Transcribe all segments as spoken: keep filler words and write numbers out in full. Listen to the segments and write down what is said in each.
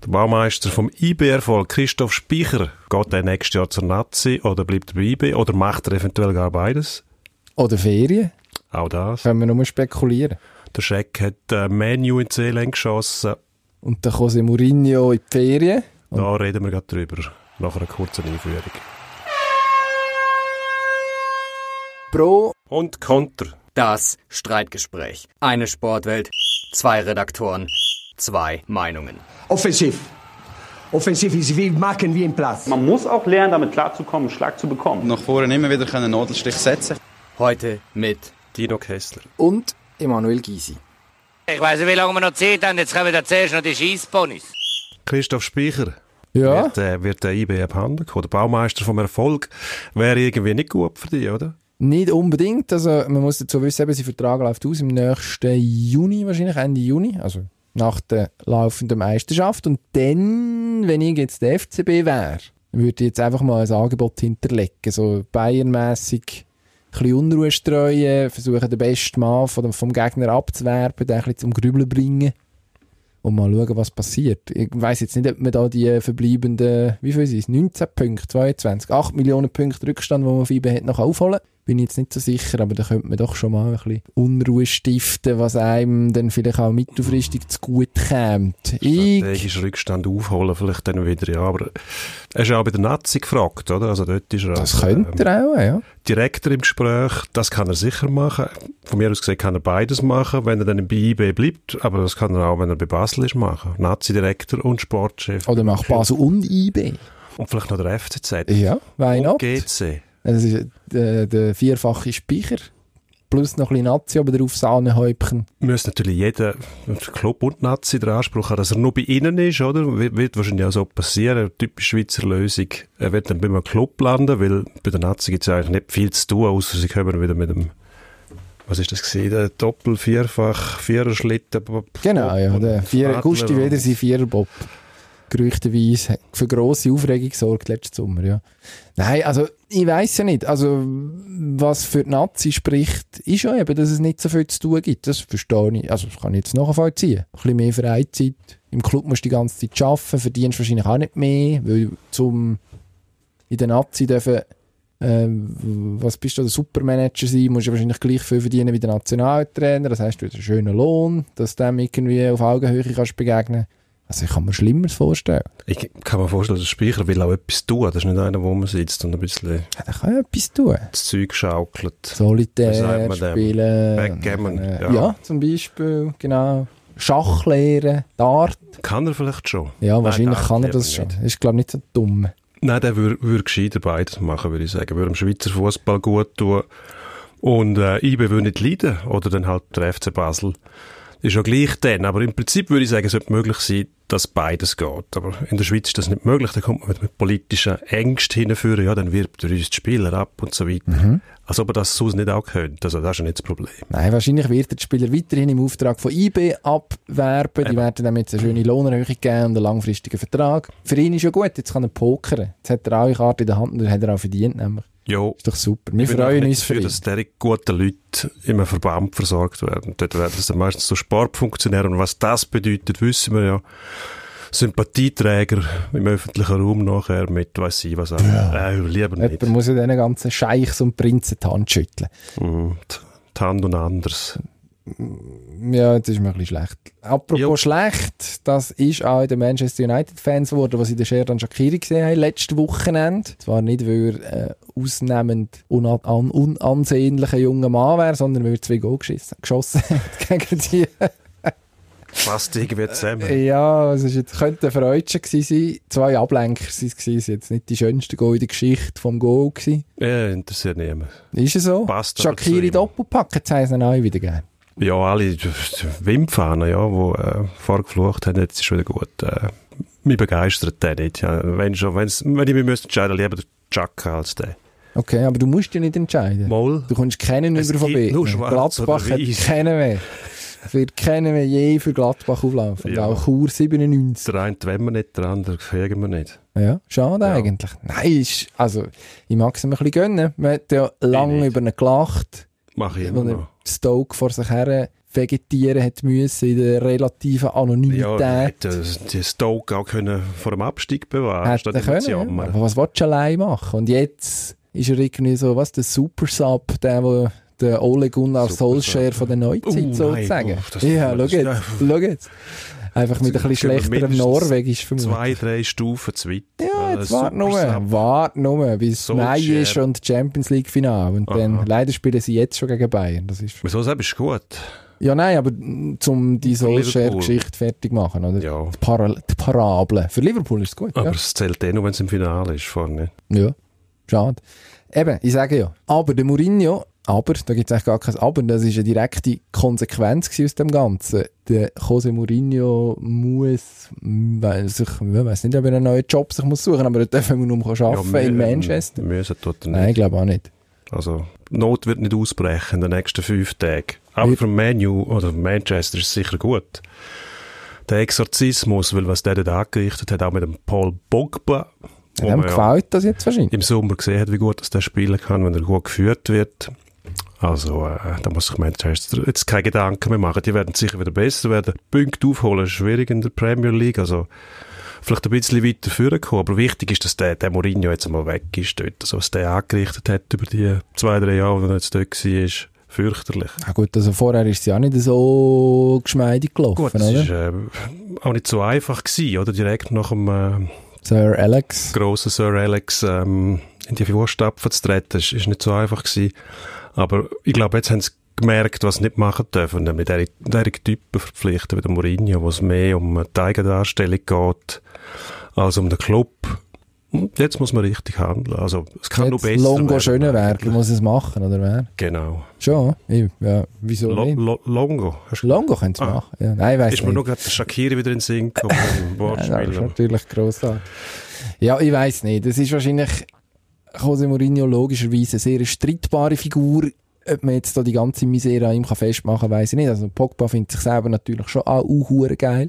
Der Baumeister vom I B-Erfolg, Christoph Speicher, geht er nächstes Jahr zur Nazi oder bleibt er bei I B oder macht er eventuell gar beides? Oder Ferien. Auch das. Können wir nur spekulieren. Der Scheck hat äh, Menu in Zelen geschossen. Und dann kommt Mourinho in die Ferien. Da reden wir gerade drüber, nach einer kurzen Einführung. Pro und Konter. Das Streitgespräch. Eine Sportwelt, zwei Redaktoren, zwei Meinungen. Offensiv. Offensiv ist wie machen wie im Platz. Man muss auch lernen, damit klarzukommen, einen Schlag zu bekommen. Nach vorne immer wieder einen Nadelstich setzen. Heute mit Dino Kessler und Emanuel Gysi. Ich weiss nicht, wie lange wir noch Zeit haben. Jetzt kommen da zuerst noch die Scheissponys. Christoph Speicher. Ja. Wird, äh, wird der I B abhanden kommen. Der Baumeister vom Erfolg wäre irgendwie nicht gut für dich, oder? Nicht unbedingt. Also, man muss dazu wissen, eben, sein Vertrag läuft aus im nächsten Juni, wahrscheinlich Ende Juni. Also nach der laufenden Meisterschaft. Und dann, wenn ich jetzt der F C B wäre, würde ich jetzt einfach mal ein Angebot hinterlegen. So Bayern-mässig ein bisschen Unruhe streuen, versuchen den besten Mann vom, vom Gegner abzuwerben, den ein bisschen zum Grübeln bringen. Und mal schauen, was passiert. Ich weiss jetzt nicht, ob man da die verbleibenden, wie viel sind es? neunzehn Punkte, zweiundzwanzig, acht Millionen Punkte Rückstand, die man auf I B hat, noch aufholen. Bin ich jetzt nicht so sicher, aber da könnte man doch schon mal ein bisschen Unruhe stiften, was einem dann vielleicht auch mittelfristig zu gut kommt. Strategisch Rückstand aufholen, vielleicht dann wieder, ja, aber er ist ja auch bei der Nazi gefragt, oder? Also dort ist er das als, könnte er auch, ja. Direktor im Gespräch, das kann er sicher machen. Von mir aus gesehen kann er beides machen, wenn er dann bei I B bleibt, aber das kann er auch, wenn er bei Basel ist, machen. Nazi-Direktor und Sportchef. Oder macht Basel und I B. Und vielleicht noch der F C Z. Ja, why not? Und G C. Das ist der, der vierfache Speicher. Plus noch ein bisschen Nazi, aber drauf Sahnehäubchen. Müsste natürlich jeder Club und Nazi den Anspruch haben, dass er nur bei ihnen ist, oder? Wird, wird wahrscheinlich auch so passieren. Eine typische Schweizer Lösung. Er wird dann bei einem Club landen, weil bei der Nazi gibt es ja eigentlich nicht viel zu tun, außer sie kommen wieder mit dem, was ist das gewesen? Der Doppel-, Vierfach-, Viererschlitten. Genau, ja. Der Vier- Gusti Weder sein Viererbob. Gerüchteweise für grosse Aufregung gesorgt letzten Sommer, ja. Nein, also ich weiss ja nicht. Also was für die Nazi spricht, ist ja eben, dass es nicht so viel zu tun gibt. Das verstehe ich. Also das kann ich jetzt nachvollziehen. Ein bisschen mehr Freizeit. Im Club musst du die ganze Zeit arbeiten, verdienst wahrscheinlich auch nicht mehr, weil zum in der Nazi dürfen äh, was bist du, der Supermanager sein, musst du wahrscheinlich gleich viel verdienen wie der Nationaltrainer. Das heisst, du hast einen schönen Lohn, dass du dem irgendwie auf Augenhöhe kannst begegnen. Also ich kann mir Schlimmeres vorstellen. Ich kann mir vorstellen, der Speicher will auch etwas tun. Das ist nicht einer, wo man sitzt und ein bisschen ja, der kann ja etwas tun. Das Zeug schaukelt. Solitär spielen. Backgammon. Ja. ja, zum Beispiel, genau. Schach lehren, Dart. Kann er vielleicht schon. Ja, wahrscheinlich Nein, kann er das schon. Nicht. Ist, glaube ich, nicht so dumm. Nein, der würde würd gescheiter beides machen, würde ich sagen. Würde dem Schweizer Fußball gut tun. Und äh, I B würde nicht leiden. Oder dann halt der F C Basel. Ist ja gleich dann. Aber im Prinzip würde ich sagen, es sollte möglich sein, dass beides geht. Aber in der Schweiz ist das nicht möglich. Da kommt man mit politischen Ängsten hinführen. Ja, dann wirbt er uns die Spieler ab und so weiter. Mhm. Als ob er das sonst nicht auch könnte. Also das ist ja nicht das Problem. Nein, wahrscheinlich wird er die Spieler weiterhin im Auftrag von I B abwerben. Die werden dann jetzt eine schöne Lohnerhöhung geben und einen langfristigen Vertrag. Für ihn ist ja gut, jetzt kann er pokern. Jetzt hat er auch eine Karte in der Hand und das hat er auch verdient, nämlich. Jo. Ist doch super. Wir freuen uns für ihn. Dass diese guten Leute in einem Verband versorgt werden. Dort werden es dann meistens so Sportfunktionäre. Und was das bedeutet, wissen wir ja. Sympathieträger im öffentlichen Raum nachher mit, weiss ich was auch. Ja. Äh, lieber nicht. Jemand muss ja diesen ganzen Scheichs und Prinzen die Hand schütteln. Mm, die Hand und anders. Ja, das ist mir ein bisschen schlecht. Apropos jo. schlecht, das ist auch in den Manchester United-Fans geworden, was sie den Sherdan Shaqiri gesehen haben, letztes Wochenende. Zwar nicht, weil er äh, ausnehmend unan unansehnlicher junger Mann wäre, sondern weil er zwei Goal geschossen, geschossen hat gegen die... Fast irgendwie zusammen. Ja, es ist jetzt, könnte ein Freudchen gewesen sein. Zwei Ablenker waren es. Es war jetzt nicht die schönste Goal in der Geschichte vom Goal gewesen. Ja, interessiert niemand. Ist es so? Passt Shaqiri Doppelpack, jetzt haben sie ihn auch wieder gegeben. Ja, alle Wimpfahnen, ja, die äh, vorgeflucht haben, jetzt ist schon wieder gut. Äh, mich begeistert der nicht. Ja, wenn, schon, wenn ich mich müsste entscheiden, lieber der Chaka als der. Okay, aber du musst dich nicht entscheiden. Mal. Du kommst keinen über von B. Gladbach hat keinen mehr. Es wird keiner mehr je für Gladbach auflaufen. Ja. Auch Chur siebenundneunzig. Der eine wollen wir nicht, der andere kriegen wir nicht. Ja, schade ja. eigentlich. Nein, ist, also, ich mag es ihm ein bisschen gönnen. Man hat ja lange über ihn gelacht. Mach ich immer noch. Stoke vor sich her vegetieren hat müssen in der relativen Anonymität. Ja, hätte die Stoke auch können vor dem Abstieg bewahren hätte statt können, ja. Aber was willst du allein machen? Und jetzt ist er irgendwie so, was, der Super-Sub, der, der der Ole Gunnar Solskjaer von der Neuzeit uh, sozusagen. Nein, oh, das, ja, das, schau jetzt, ja. schau jetzt. Einfach mit ein bisschen schlechterem Norwegisch vermutlich. Zwei, drei Stufen zu weit. Ja, jetzt warte nur, warte nur, bis Mai ist und Champions League Final. Und dann, Aha. leider spielen sie jetzt schon gegen Bayern. Das ist Wieso, das ist gut? Ja, nein, aber um die Solskjaer-Geschichte fertig machen, oder? Ja. Die, Para- die Parabel. Für Liverpool ist es gut. Aber ja. es zählt eh nur, wenn es im Finale ist, vorne. Ja, schade. Eben, ich sage ja. Aber der Mourinho, aber, da gibt es eigentlich gar kein Aber, das ist eine direkte Konsequenz aus dem Ganzen. Der José Mourinho muss, weil sich, ich weiss nicht, ob er einen neuen Job sich muss suchen, aber er darf immer nur arbeiten ja, in Manchester. Müssen tut er nicht. Nein, ich glaube auch nicht. Also, Not wird nicht ausbrechen in den nächsten fünf Tagen. Aber für Man U oder Manchester ist es sicher gut. Der Exorzismus, weil was der dort angerichtet hat, auch mit dem Paul Pogba. Ja, dem gefällt das jetzt wahrscheinlich. Im Sommer gesehen hat, wie gut das der spielen kann, wenn er gut geführt wird. Also, äh, da muss sich Manchester jetzt keine Gedanken mehr machen. Die werden sicher wieder besser werden. Punkte aufholen ist schwierig in der Premier League. Also, vielleicht ein bisschen weiter vorkommen. Aber wichtig ist, dass der, der Mourinho jetzt einmal weg ist dort. Also, was der angerichtet hat über die zwei, drei Jahre, wo er jetzt dort war, ist fürchterlich. Ja gut, also vorher ist es ja nicht so geschmeidig gelaufen, gut, oder? Gut, es war äh, auch nicht so einfach gewesen, oder? Direkt nach dem äh, Sir Alex. grossen Sir Alex ähm, in die Fußstapfen zu treten. Das ist nicht so einfach gewesen. Aber ich glaube, jetzt haben sie gemerkt, was sie nicht machen dürfen. Nämlich derige Typen verpflichten wie der Mourinho, wo es mehr um die Eigendarstellung geht, als um den Club. Und jetzt muss man richtig handeln. Also, es kann jetzt nur besser Longo werden. Schönewerk muss es machen, oder wer? Genau. Schon? Ich, ja, wieso Lo, nicht? Lo, Longo. Longo können sie ah. machen. Ja, nein, ich weiss ist nicht. mir nur gerade der Shaqiri wieder in den Sinn gekommen. Ja, das ist natürlich grossartig. Ja, ich weiss nicht. Das ist wahrscheinlich José Mourinho logischerweise eine sehr streitbare Figur. Ob man jetzt da die ganze Misere an ihm festmachen kann, weiss ich nicht. Also Pogba findet sich selber natürlich schon auch uh, geil.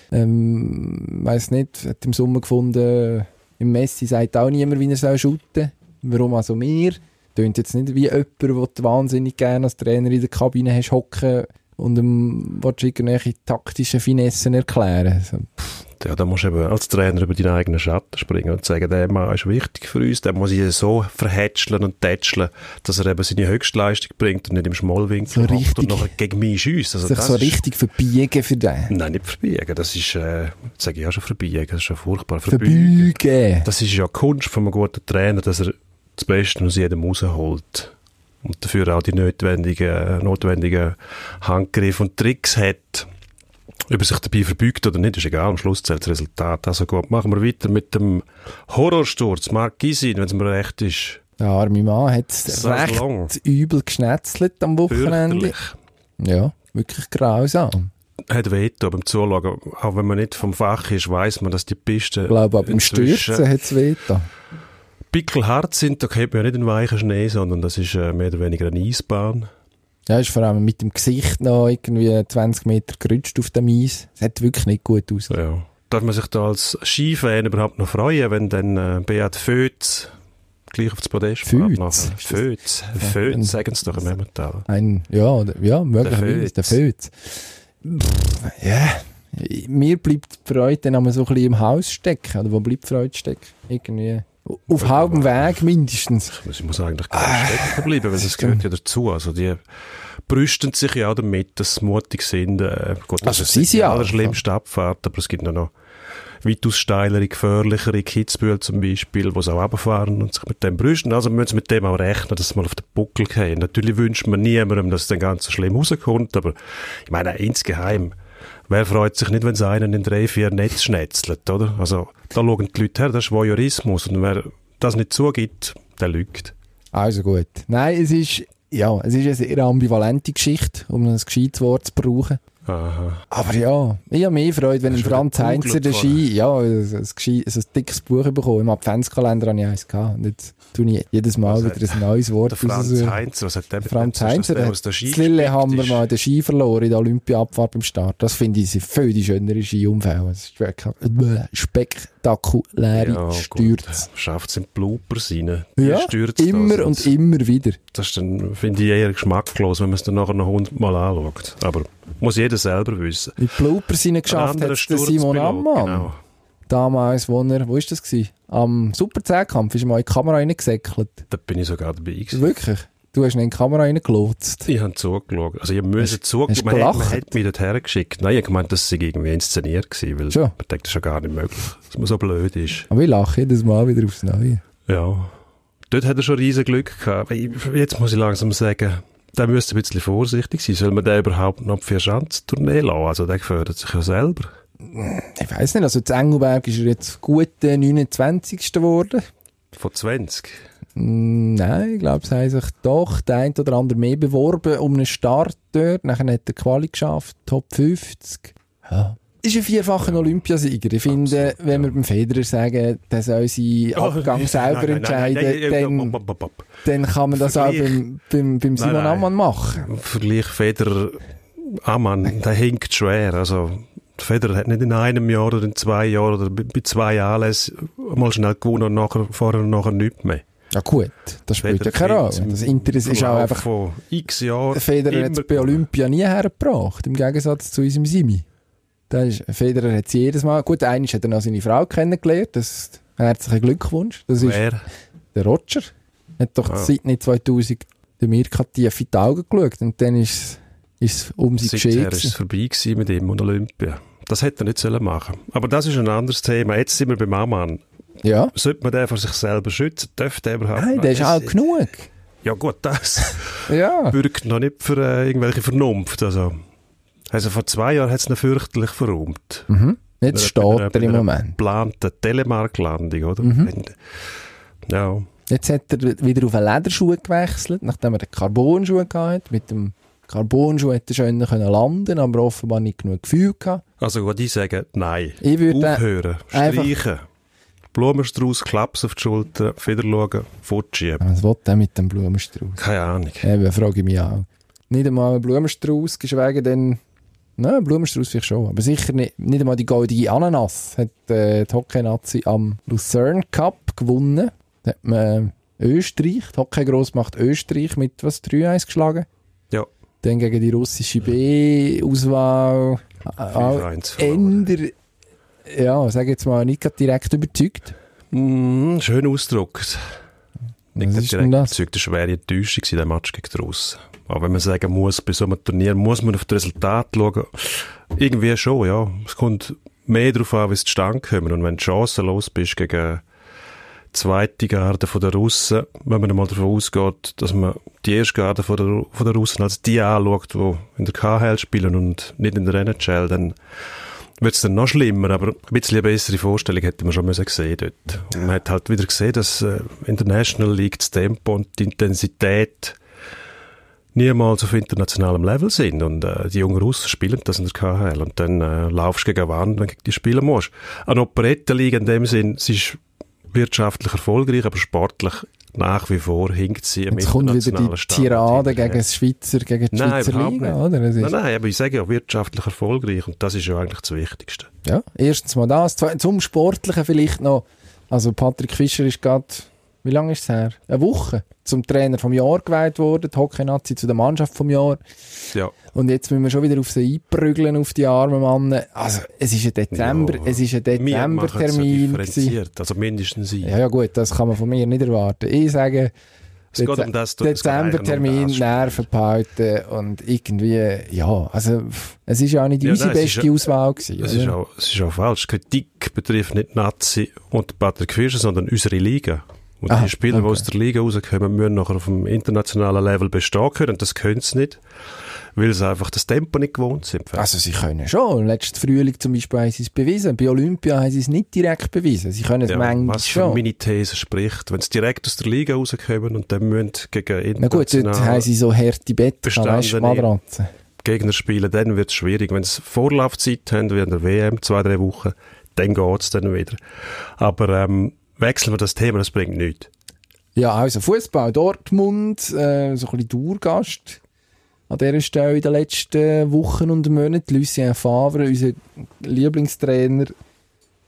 Ähm, weiss nicht, hat im Sommer gefunden, im Messi sagt auch niemand, wie er soll shooten. Warum also mir? Tönt jetzt nicht wie jemand, der du wahnsinnig gerne als Trainer in der Kabine hast hocken und ihm irgendwelche taktischen Finessen erklären. Also, ja, da musst du eben als Trainer über deinen eigenen Schatten springen und sagen, der Mann ist wichtig für uns, der muss ich so verhätscheln und tätscheln, dass er eben seine Höchstleistung bringt und nicht im Schmollwinkel so richtig, und nachher gegen mich schiesst. Also sich das so ist, richtig verbiegen für den? Nein, nicht verbiegen. Das ist, äh, sage ich auch schon verbiegen, das ist ja furchtbar. Verbeugen. Verbeugen. Das ist ja Kunst von einem guten Trainer, dass er das Beste aus jedem rausholt. Und dafür auch die notwendigen, notwendigen Handgriffe und Tricks hat. Ob er sich dabei verbeugt oder nicht, ist egal. Am Schluss zählt das Resultat. Also gut, machen wir weiter mit dem Horrorsturz. Marc Gisin, wenn es mir recht ist. Der arme Mann hat recht lang. übel geschnetzelt am Wochenende. Ja, wirklich grausam. Hat wehgetan beim Zuschauen. Auch wenn man nicht vom Fach ist, weiss man, dass die Pisten... Ich glaube, ab dem Stürzen hat es wehgetan. Pickelhart sind, da kennt man ja nicht einen weichen Schnee, sondern das ist äh, mehr oder weniger eine Eisbahn. Ja, ist vor allem mit dem Gesicht noch irgendwie zwanzig Meter gerutscht auf dem Eis. Es hat wirklich nicht gut ausgesehen. Ja. Darf man sich da als Skifan überhaupt noch freuen, wenn dann äh, Beat Fötz gleich auf das Podest fährt? Fötz? Fötz. Fötz, sagen sie doch im Emmental. Ein, ja, ja, möglicherweise, der Fötz. Ja, mir bleibt die Freude dann einmal so ein bisschen im Haus stecken. Oder wo bleibt die Freude stecken? Irgendwie... Auf ja, halbem Weg mindestens. Ich muss eigentlich gar nicht stecken bleiben, weil das gehört ja dazu. Also die brüsten sich ja auch damit, dass sie mutig sind. Äh, Gott, das also ist sie die ja allerschlimmste Abfahrt, aber es gibt noch weitaus steilere, gefährlichere, Kitzbühel zum Beispiel, die es auch runterfahren und sich mit dem brüsten. Also wir müssen mit dem auch rechnen, dass sie mal auf den Buckel gehen. Natürlich wünscht man niemandem, dass es dann ganz so schlimm rauskommt, aber ich meine, insgeheim, wer freut sich nicht, wenn es einen in drei, vier Netz schnetzelt, oder? Also, da schauen die Leute her, das ist Voyeurismus. Und wer das nicht zugibt, der lügt. Also gut. Nein, es ist, ja, es ist eine sehr ambivalente Geschichte, um ein gescheites Wort zu brauchen. Aha. Aber ja, ich habe mehr Freude, wenn Franz Heinzer den Ski, ja, ein, ein, ein, ein dickes Buch bekommen. Im Adventskalender habe ich eins gehabt. Und jetzt tue ich jedes Mal was wieder ein neues Wort. Der Franz raus. Heinzer, was hat der Franz Heinzer, der aus der Ski das Lillehammer mal den Ski verloren in der Olympiaabfahrt beim Start. Das finde ich viel die schönere Skiunfälle. Das ist wirklich spektakulär. spektakuläre Ja, Stürze. Schafft es in Bloopers rein. Die Ja, Stürze da immer sind- und immer wieder. Das ist dann, finde ich, eher geschmacklos, wenn man es dann nachher noch hundertmal anschaut. Aber muss jeder selber wissen. In die Bloopers hineingeschafft Ein hat es der anderer Simon Sturzpilot, Ammann. genau. Damals, wo er, wo war das gewesen? Am Super-Zehnkampf ist er mal in die Kamera reingesäckelt. Da bin ich sogar dabei gewesen. Wirklich? Du hast ihn in die Kamera reingelotst. Ich habe zugeschaut. Also ich musste zugeschaut. hast du Man, hat- man gelacht? hat mich dorthin geschickt. Nein, ich habe gemeint, das sei irgendwie inszeniert gewesen, weil Schon? man denkt, das ist ja gar nicht möglich, dass man so blöd ist. Aber ich lache jedes Mal wieder aufs Neue. Ja. Dort hat er schon riesen Glück gehabt. Ich- Jetzt muss ich langsam sagen, der müsste ein bisschen vorsichtig sein. Soll man den überhaupt noch für Schanztournee lassen? Also der gefördert sich ja selber. Ich weiss nicht, also zu Engelberg ist er jetzt gut äh, neunundzwanzigster geworden. Von zwanzig. Mm, Nein, ich glaube, es haben sich doch der ein oder andere mehr beworben um einen Start dort. Nachher hat er Quali geschafft, Top fünfzig. Ja. Ist ein vierfacher Olympiasieger. Ich finde, Absolut, wenn wir ja. beim Federer sagen, der soll seinen Abgang selber entscheiden, dann, dann kann man das auch Vergleich. beim, beim, beim Simon Nein, nein. Ammann machen. Im Vergleich Federer, Ammann, der hinkt schwer. Also, Federer hat nicht in einem Jahr oder in zwei Jahren oder bei bei zwei Anlässen mal schnell gewonnen und nachher, vorher und nachher nichts mehr. Ja gut, das spielt ja keine Rolle. Das Interesse ist auch einfach, von x Jahren. der Federer hat es bei Olympia nie hergebracht, im Gegensatz zu unserem Simi. Da ist, Federer hat es jedes Mal, gut, einmal hat er noch seine Frau kennengelernt, das herzlichen Glückwunsch. Das ist Wer? der Roger. Hat doch Ah. Sydney zweitausend der Mirka tief in die Augen geschaut und dann ist es um sie geschehen. Seither ist es vorbei gewesen mit ihm und Olympia. Das hätte er nicht sollen machen. Aber das ist ein anderes Thema. Jetzt sind wir beim Ammann. Ja. Sollte man den vor sich selber schützen? Dürfte der überhaupt Nein, noch? der ist Es- alt genug. Ja gut, das Ja. bürgt noch nicht für äh, irgendwelche Vernunft. Also, also vor zwei Jahren hat es ihn fürchterlich verräumt. Mhm. Jetzt Bei einer- steht bei er im einer Moment. geplanten Telemark-Landung, oder? Mhm. Ja. Jetzt hat er wieder auf einen Lederschuh gewechselt, nachdem er den Carbon-Schuh hatte. Mit dem Carbon-Schuh hätte er schön können landen, aber offenbar nicht genug Gefühl gehabt. Also gut, ich sage, nein. Ich würde Aufhören, einfach- streichen. Blumenstrauß, Klaps auf die Schulter, wieder schauen, fortschieben. Was will der mit dem Blumenstrauß? Keine Ahnung. Eben, frage ich mich auch. Nicht einmal einen Blumenstrauß, geschweige denn... Nein, Blumenstrauß vielleicht schon, aber sicher nicht, nicht einmal die goldige Ananas hat äh, die Hockey-Nazi am Lucerne Cup gewonnen. Da hat man äh, Österreich, die Hockey-Grossmacht Österreich mit was, drei eins geschlagen. Ja. Dann gegen die russische B-Auswahl. Äh, auch eins verloren. Ender, ja, sag jetzt mal, nicht gerade direkt überzeugt. Mm, schön ausgedrückt. Nicht Was gerade ist denn direkt das? überzeugt, eine schwere Enttäuschung in dem Match gegen die Russen. Aber wenn man sagen muss, bei so einem Turnier muss man auf das Resultat schauen. Irgendwie schon, ja. Es kommt mehr darauf an, wie es zustande kommen. Und wenn du chancenlos bist gegen die zweite Garde von der Russen, wenn man mal davon ausgeht, dass man die erste Garde von der, von der Russen als die anschaut, die in der K H L spielen und nicht in der N H L, dann wird es dann noch schlimmer, aber ein bisschen eine bessere Vorstellung hätte man schon müssen sehen dort. Und man hat halt wieder gesehen, dass äh, in der National League das Tempo und die Intensität niemals auf internationalem Level sind. Und äh, die jungen Russen spielen das in der K H L. Und dann äh, laufst du gegen eine Wand, wenn du gegen die spielen musst. Eine Operettenliga in dem Sinn, sie ist wirtschaftlich erfolgreich, aber sportlich nach wie vor hinkt sie im Jetzt kommt wieder internationalen die Standard Tirade hinterher. gegen, das Schweizer, gegen die Nein, Schweizer überhaupt Liga, nicht. oder? Es ist, Nein, nein, aber ich sage ja wirtschaftlich erfolgreich und das ist ja eigentlich das Wichtigste. Ja, erstens mal das. Zweitens, zum Sportlichen vielleicht noch. Also Patrick Fischer ist gerade, wie lange ist es her? Eine Woche zum Trainer vom Jahr gewählt worden, die Hockey-Nazi zu der Mannschaft vom Jahr. Ja. Und jetzt müssen wir schon wieder auf sie einprügeln, auf die armen Männer. Also, es ist ein Dezember, Ja, es ist ein Wir machen es ja Dezember-Termin. gewesen. differenziert, also mindestens ich. Ja, ja, gut, das kann man von mir nicht erwarten. Ich sage, Es geht um das, es geht eigentlich Dezember-Termin, um das. Nerven behalten und irgendwie, ja, also, es ist ja auch nicht Ja, unsere nein, es ist beste ja- Auswahl gewesen. Es oder? ist, auch, es ist auch falsch. Kritik betrifft nicht Nazi und Patrick Fischer, sondern unsere Liga. Und Aha, die Spieler, okay. die aus der Liga rauskommen, müssen nachher auf dem internationalen Level bestehen können. Und das können sie nicht, weil sie einfach das Tempo nicht gewohnt sind. Also sie können schon. Letzten Frühling zum Beispiel haben sie es bewiesen. Bei Olympia haben sie es nicht direkt bewiesen. Sie können es ja, manchmal was für schon. meine These spricht, wenn sie direkt aus der Liga rauskommen und dann müssen gegen Na gut, dort haben internationale sie so harte Betten, weißt du, bestandene Matratzen. Gegner spielen, dann wird es schwierig. Wenn sie Vorlaufzeit haben, wie in der W M, zwei, drei Wochen, dann geht es dann wieder. Aber ähm, wechseln wir das Thema, das bringt nichts. Ja, also Fußball, Dortmund, äh, so ein bisschen Dauergast an dieser Stelle in den letzten Wochen und Monaten. Lucien Favre, unser Lieblingstrainer, hat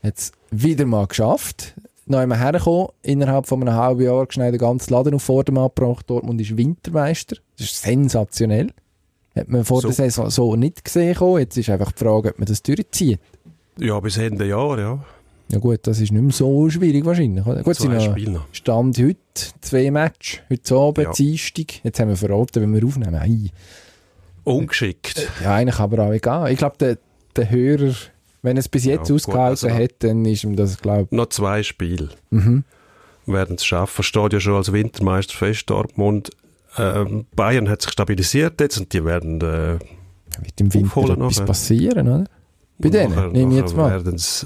hat es wieder mal geschafft. Noch einmal hergekommen, innerhalb von einem halben Jahr schnell den ganzen Laden auf Vordermann gebracht. Dortmund ist Wintermeister. Das ist sensationell. Hat man vor so. der Saison so nicht gesehen. Jetzt ist einfach die Frage, ob man das durchzieht. Ja, bis Ende Jahr, ja. Ja gut, das ist nicht mehr so schwierig wahrscheinlich. Gut, zwei Spiele noch. Stand heute, zwei Matches, heute Abend, ja. Dienstag. Jetzt haben wir verraten, wenn wir aufnehmen. Ei. Ungeschickt. Ja, eigentlich aber auch egal. Ich glaube, der, der Hörer, wenn er es bis jetzt ja, ausgehalten also hat, dann ist ihm das, glaube ich... Noch zwei Spiele. Mhm. Werden es schaffen. Steht ja schon als Wintermeister fest, Dortmund. Äh, Bayern hat sich stabilisiert jetzt und die werden äh, wird im Winter etwas passieren, oder? Bei denen, nehme ich jetzt mal.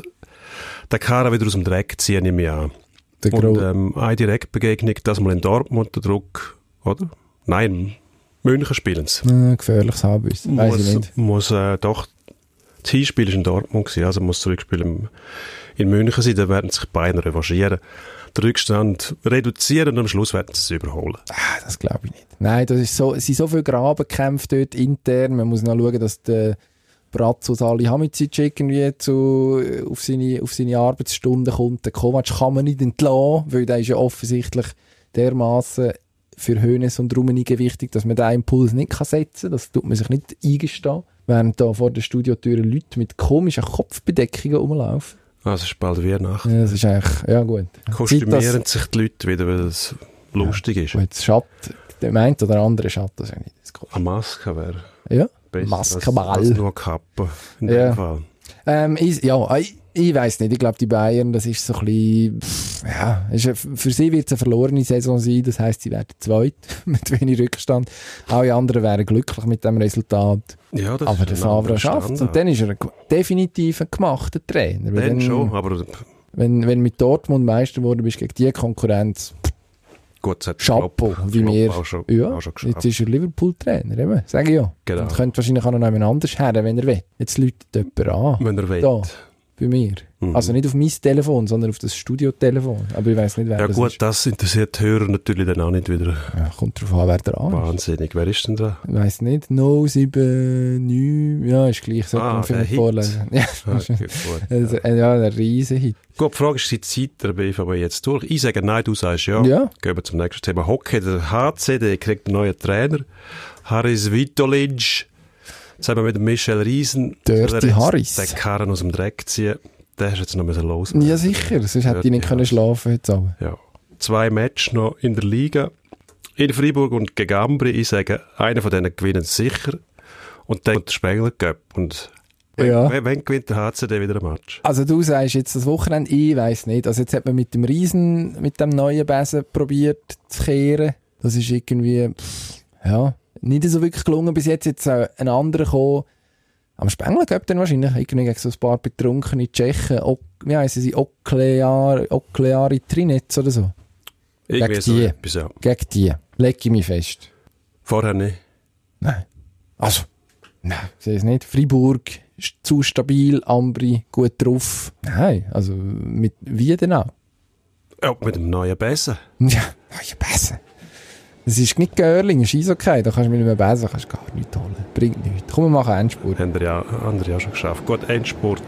Den Karren wieder aus dem Dreck ziehen, nehme ich an. Der und ähm, eine Direktbegegnung, das mal in Dortmund, der Druck, oder? Nein, München spielen sie. Ja, gefährliches Halbwissen, weiss ich nicht. Muss äh, doch, das Hinspiel war in Dortmund gewesen, also muss das Rückspiel im, in München sein, dann werden sich Bayern revanchieren, den Rückstand reduzieren und am Schluss werden sie es überholen. Ah, das glaube ich nicht. Nein, das ist so, es sind so viele Grabenkämpfe dort intern, man muss noch schauen, dass der Bratzo Salihamidzic irgendwie zu, auf, seine, auf seine Arbeitsstunden kommt. Den Kovac kann man nicht entlassen, weil der ist ja offensichtlich dermaßen für Hoeneß und Rummenigge wichtig, dass man den Impuls nicht kann setzen kann. Das tut man sich nicht eingestehen. Während da vor der Studiotür Leute mit komischen Kopfbedeckungen rumlaufen. Ah, es ist bald Weihnachten. Ja, das ist eigentlich, ja gut. Kostümieren sich die Leute wieder, weil es lustig ja, ist. Gut, Schatten, der meint oder andere Schatten, das ist ja nicht das Cool. Eine Maske wäre... Ja. Maskenball. Als, als nur Kappe, in ja. dem Fall. Ähm, ich, ja, ich, ich weiss nicht. Ich glaube, die Bayern, das ist so ein bisschen, pff, ja, ist ein, für sie wird es eine verlorene Saison sein. Das heisst, sie werden zweit mit wenig Rückstand. Alle anderen wären glücklich mit dem Resultat. Ja, das aber der Favre schafft es. Und dann ist er definitiv ein gemachter Trainer. Dann, dann schon, aber... Wenn, wenn mit Dortmund Meister geworden bist gegen die Konkurrenz... Gut, hat Chapeau, wie wir. Auch schon, ja, auch schon jetzt ist er Liverpool-Trainer, eben, sage ich ja. Genau. Und könnte wahrscheinlich auch noch jemand anders her, wenn er will. Jetzt läutet jemand an. Wenn er will. Da, bei mir. Mhm. Also nicht auf mein Telefon, sondern auf das Studiotelefon. Aber ich weiss nicht, wer ja, das gut, ist. Ja gut, das interessiert die Hörer natürlich dann auch nicht wieder. Ja, kommt drauf an, wer da an ist. Wahnsinnig. Wer ist denn da? Ich weiss nicht. null sieben neun Ja, ist gleich. Sollte ah, man vielleicht vorlesen. Ja, okay, gut, also, ja. ja, ein riesen Hit. Gut, die Frage ist, sind die Zeit der B V B jetzt durch? Ich sage nein, du sagst ja. ja. Gehen wir zum nächsten Thema. Hockey, der H C, der kriegt einen neuen Trainer. Haris Vitolic. Zusammen mit dem Michel Riesen. Dirty Haris. Den Karren aus dem Dreck ziehen. Der hast jetzt noch los. Ja, sicher. Sonst hätte ich nicht können schlafen jetzt aber. Ja. Zwei Matches noch in der Liga. In Freiburg und gegen Ambri. Ich sage, einer von denen gewinnt sicher. Und dann der Spengler Cup. Und wenn, ja. wenn, wenn gewinnt der H C D wieder ein Match? Also du sagst jetzt das Wochenende, ich weiss nicht. Also jetzt hat man mit dem Riesen, mit dem neuen Besen probiert zu kehren. Das ist irgendwie, pff, ja, nicht so wirklich gelungen. Bis jetzt jetzt äh, ein anderer gekommen. Am Spengler Cup dann wahrscheinlich, irgendwie gegen so ein paar betrunkene Tschechen. O, wie heissen sie? Oklear, Okleari Trinetz oder so. Irgendwie gegen so die. Etwas, ja. Gegen die. Leg ich mich fest. Vorher nicht? Nein. Also, nein, ich sehe es nicht. Freiburg ist zu stabil, Ambri gut drauf. Nein, also mit wie denn auch? Ja, mit dem neuen Besen. Ja, neue Besen. Das ist nicht Görling, es ist okay. Da kannst du mit einem Besen kannst gar nichts holen. Bringt nichts. Komm, wir machen Endspurt. Haben wir ja, andere ja schon geschafft. Gut, Endspurt.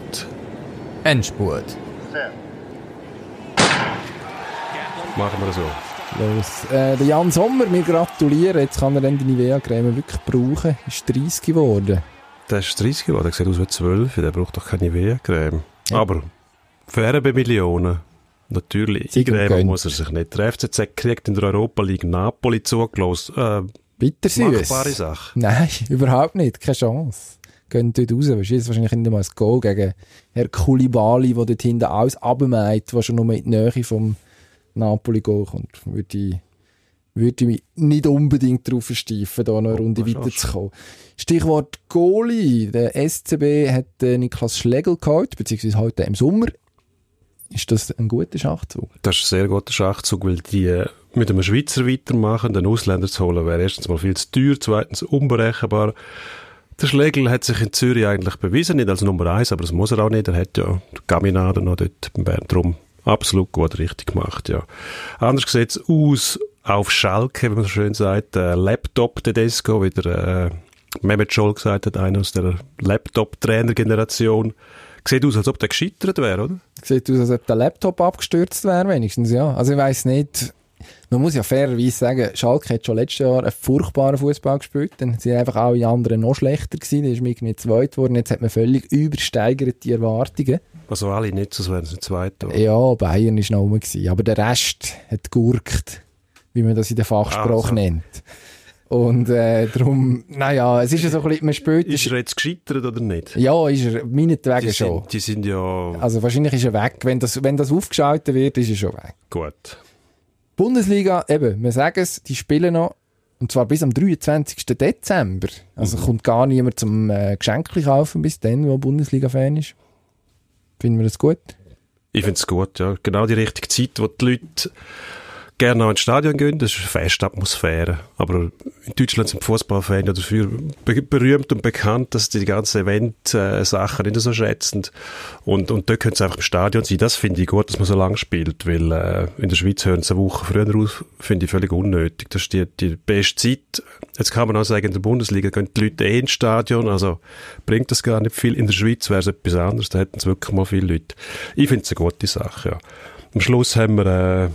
Endspurt. Machen wir so. Los. Äh, der Jan Sommer, wir gratulieren. Jetzt kann er dann die Nivea-Creme wirklich brauchen. Ist dreißig geworden. Der ist dreißig geworden. Der sieht aus wie zwölf. Der braucht doch keine Nivea-Creme. Ja. Aber Färbemillionen. Natürlich. Eingrämen muss er sich nicht. Der F C Z kriegt in der Europa League Napoli zugelassen. Äh, Bittersüß. Machbare Sache. Nein, überhaupt nicht. Keine Chance. Gehen dort raus. Weißt du, jetzt wahrscheinlich nicht mal ein Goal gegen Herr Koulibaly, der dort hinten alles runtermeint, der schon nur in die Nähe vom Napoli-Goal kommt. Würde ich, würde ich mich nicht unbedingt darauf versteifen, da noch eine Runde oh, weiterzukommen. Stichwort Goalie. Der S C B hat äh, Niklas Schlegel geholt, beziehungsweise heute im Sommer. Ist das ein guter Schachzug? Das ist ein sehr guter Schachzug, weil die mit einem Schweizer weitermachen, den Ausländer zu holen, wäre erstens mal viel zu teuer, zweitens unberechenbar. Der Schlegel hat sich in Zürich eigentlich bewiesen, nicht als Nummer eins, aber das muss er auch nicht. Er hat ja Gaminada noch dort beim Bern drum absolut gut richtig gemacht, ja. Anders sieht es aus auf Schalke, wie man so schön sagt, äh, Laptop Tedesco, wie der äh, Mehmet Scholl gesagt hat, einer aus der Laptop-Trainer-Generation. Sieht aus, als ob der gescheitert wäre, oder? Sieht aus, als ob der Laptop abgestürzt wäre, wenigstens, ja. Also ich weiss nicht, man muss ja fairerweise sagen, Schalke hat schon letztes Jahr einen furchtbaren Fußball gespielt, dann sind einfach alle anderen noch schlechter gewesen, dann ist man irgendwie zweit geworden, jetzt hat man völlig übersteigerte Erwartungen. Also alle nicht, sonst wären sie zweit. Oder? Ja, Bayern war noch rum gewesen, aber der Rest hat gegurkt, wie man das in der Fachsprache also. nennt. Und äh, darum, naja, es ist ja so ein bisschen, man spielt... Ist er jetzt gescheitert oder nicht? Ja, ist er, meinetwegen die schon. Sind, die sind ja... Also wahrscheinlich ist er weg. Wenn das, wenn das aufgeschaltet wird, ist er schon weg. Gut. Bundesliga, eben, wir sagen es, die spielen noch, und zwar bis am dreiundzwanzigsten Dezember. Also mhm. kommt gar niemand zum äh, Geschenke kaufen bis dann, wo Bundesliga-Fan ist. Finden wir das gut? Ich finde es gut, ja. Genau die richtige Zeit, wo die Leute gerne noch ins Stadion gehen. Das ist eine feste Atmosphäre. Aber in Deutschland sind Fußballfans ja dafür be- berühmt und bekannt, dass die ganzen Event-Sachen nicht so schätzen. Und, und dort können sie einfach im Stadion sein. Das finde ich gut, dass man so lange spielt, weil äh, in der Schweiz hören sie eine Woche früher auf, finde ich völlig unnötig. Das ist die, die beste Zeit. Jetzt kann man auch sagen, in der Bundesliga gehen die Leute eh ins Stadion, also bringt das gar nicht viel. In der Schweiz wäre es etwas anderes, da hätten es wirklich mal viele Leute. Ich finde es eine gute Sache, ja. Am Schluss haben wir äh,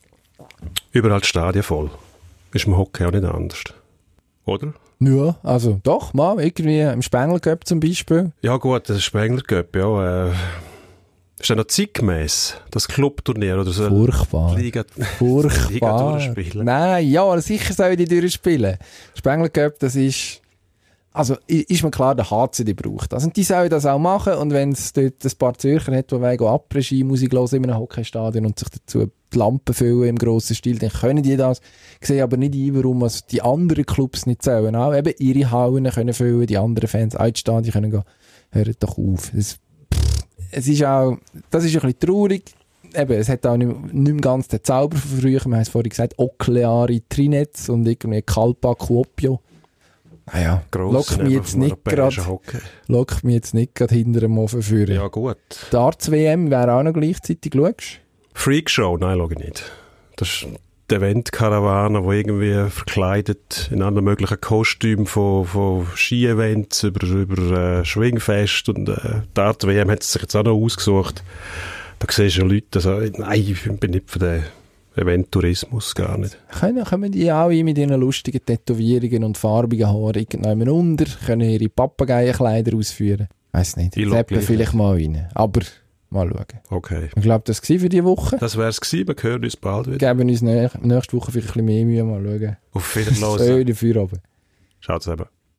überall die Stadien voll. Ist im Hockey auch nicht anders. Oder? Ja, also doch, mal, irgendwie im Spengler Cup zum Beispiel. Ja gut, das ist Spengler Cup, ja. Äh, ist das noch zeitgemäss, das Clubturnier oder so? Furchtbar. Liga, Furchtbar. Liga durchspielen. Nein, ja, sicher soll ich die durchspielen. Spengler Cup, das ist... Also ist mir klar, der H C die braucht das. Und die sollen das auch machen. Und wenn es dort ein paar Zürcher hat, die wollen Après-Ski-Musik hören in einem Hockeystadion und sich dazu die Lampen füllen im grossen Stil, dann können die das. Ich sehe aber nicht ein, warum also die anderen Clubs nicht sollen. Auch eben ihre Hallen können füllen, die anderen Fans auch ins Stadion können gehen. Hört doch auf. Es, es ist auch, das ist ein bisschen traurig. Eben, es hat auch nicht, nicht mehr ganz den Zauber von früher. Wir haben es vorhin gesagt, Ocleari Trinetz und irgendwie Kalpa Kuopio. Ah ja, lock mich jetzt nicht gerade, lock mich jetzt nicht gerade hinter dem Ofen führen. Ja, gut. Darts-W M wäre auch noch gleichzeitig, schaust? Freakshow? Nein, schau ich nicht. Das ist die Event-Karawane, die irgendwie verkleidet in allen möglichen Kostümen von, von Ski-Events über, über äh, Schwingfest und äh, Dart-W M hat es sich jetzt auch noch ausgesucht. Da siehst du ja Leute, also, nein, ich bin nicht für den Event-Tourismus, gar nicht. Können, können die auch mit ihren lustigen Tätowierungen und farbigen Haaren irgendjemand unter, können ihre Papageienkleider ausführen? Weiss nicht, zappen vielleicht mal rein. Aber mal schauen. Okay. Ich glaube, das war es für diese Woche. Das wäre es gewesen, wir hören uns bald wieder. Wir geben uns nächste Woche vielleicht ein bisschen mehr Mühe, mal schauen. Auf Wiedersehen. Schöne Feierabend. Schaut zusammen.